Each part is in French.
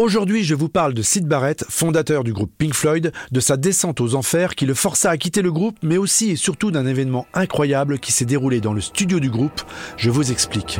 Aujourd'hui, je vous parle de Syd Barrett, fondateur du groupe Pink Floyd, de sa descente aux enfers qui le força à quitter le groupe, mais aussi et surtout d'un événement incroyable qui s'est déroulé dans le studio du groupe. Je vous explique.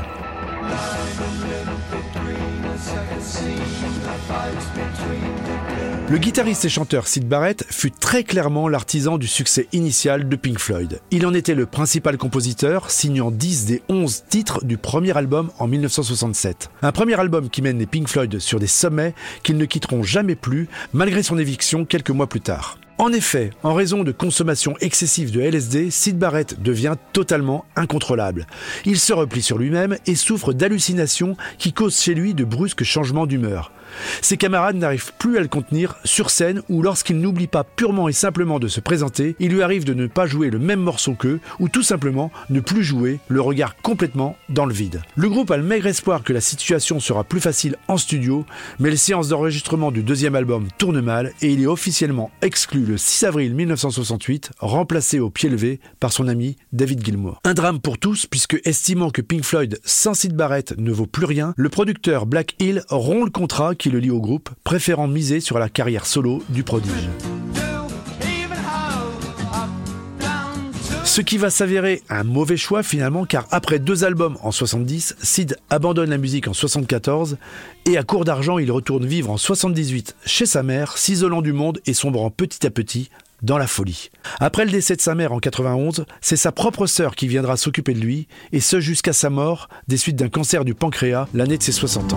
Le guitariste et chanteur Syd Barrett fut très clairement l'artisan du succès initial de Pink Floyd. Il en était le principal compositeur, signant 10 des 11 titres du premier album en 1967. Un premier album qui mène les Pink Floyd sur des sommets qu'ils ne quitteront jamais plus, malgré son éviction quelques mois plus tard. En effet, en raison de consommation excessive de LSD, Syd Barrett devient totalement incontrôlable. Il se replie sur lui-même et souffre d'hallucinations qui causent chez lui de brusques changements d'humeur. Ses camarades n'arrivent plus à le contenir sur scène ou lorsqu'il n'oublie pas purement et simplement de se présenter, il lui arrive de ne pas jouer le même morceau qu'eux ou tout simplement ne plus jouer, le regard complètement dans le vide. Le groupe a le maigre espoir que la situation sera plus facile en studio, mais les séances d'enregistrement du deuxième album tournent mal et il est officiellement exclu le 6 avril 1968, remplacé au pied levé par son ami David Gilmour. Un drame pour tous puisque estimant que Pink Floyd sans Syd Barrett ne vaut plus rien, le producteur Black Hill rompt le contrat qui le lie au groupe, préférant miser sur la carrière solo du prodige. Ce qui va s'avérer un mauvais choix finalement, car après 2 albums en 70, Syd abandonne la musique en 74 et à court d'argent, il retourne vivre en 78 chez sa mère, s'isolant du monde et sombrant petit à petit dans la folie. Après le décès de sa mère en 91, c'est sa propre sœur qui viendra s'occuper de lui, et ce jusqu'à sa mort, des suites d'un cancer du pancréas, l'année de ses 60 ans.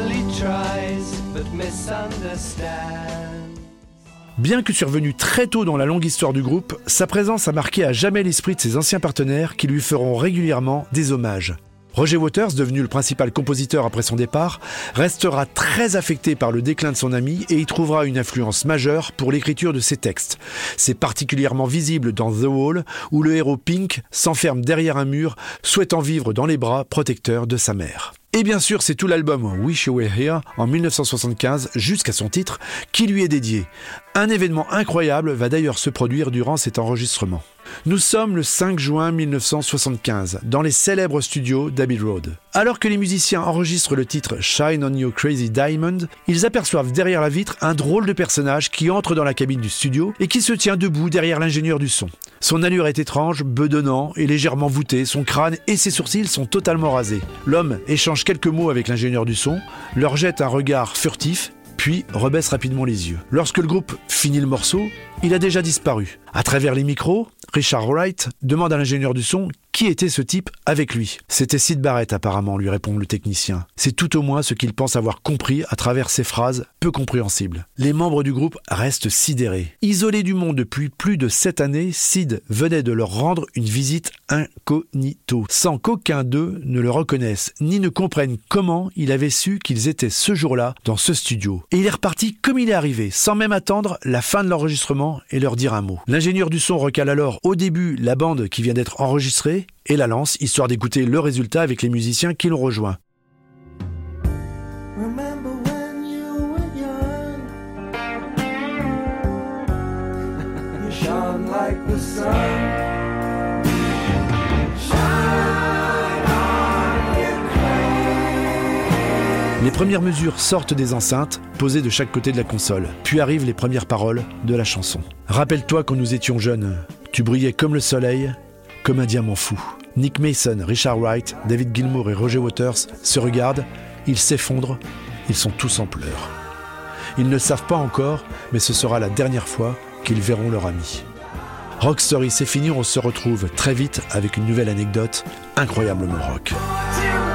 Bien que survenu très tôt dans la longue histoire du groupe, sa présence a marqué à jamais l'esprit de ses anciens partenaires qui lui feront régulièrement des hommages. Roger Waters, devenu le principal compositeur après son départ, restera très affecté par le déclin de son ami et y trouvera une influence majeure pour l'écriture de ses textes. C'est particulièrement visible dans The Wall, où le héros Pink s'enferme derrière un mur, souhaitant vivre dans les bras protecteurs de sa mère. Et bien sûr, c'est tout l'album Wish You Were Here en 1975, jusqu'à son titre, qui lui est dédié. Un événement incroyable va d'ailleurs se produire durant cet enregistrement. Nous sommes le 5 juin 1975, dans les célèbres studios d'Abbey Road. Alors que les musiciens enregistrent le titre Shine on You Crazy Diamond, ils aperçoivent derrière la vitre un drôle de personnage qui entre dans la cabine du studio et qui se tient debout derrière l'ingénieur du son. Son allure est étrange, bedonnant et légèrement voûté, son crâne et ses sourcils sont totalement rasés. L'homme échange quelques mots avec l'ingénieur du son, leur jette un regard furtif, puis rebaisse rapidement les yeux. Lorsque le groupe finit le morceau, il a déjà disparu. À travers les micros, Richard Wright demande à l'ingénieur du son qui était ce type avec lui. C'était Syd Barrett apparemment, lui répond le technicien. C'est tout au moins ce qu'il pense avoir compris à travers ces phrases peu compréhensibles. Les membres du groupe restent sidérés. Isolés du monde depuis plus de 7 années, Syd venait de leur rendre une visite incognito, sans qu'aucun d'eux ne le reconnaisse, ni ne comprenne comment il avait su qu'ils étaient ce jour-là dans ce studio. Et il est reparti comme il est arrivé, sans même attendre la fin de l'enregistrement et leur dire un mot. L'ingénieur du son recale alors au début la bande qui vient d'être enregistrée et la lance, histoire d'écouter le résultat avec les musiciens qui l'ont rejoint. Les premières mesures sortent des enceintes, posées de chaque côté de la console. Puis arrivent les premières paroles de la chanson. Rappelle-toi quand nous étions jeunes, tu brillais comme le soleil, comme un diamant fou. Nick Mason, Richard Wright, David Gilmour et Roger Waters se regardent, ils s'effondrent, ils sont tous en pleurs. Ils ne savent pas encore, mais ce sera la dernière fois qu'ils verront leur ami. Rock Story, c'est fini, on se retrouve très vite avec une nouvelle anecdote incroyablement rock.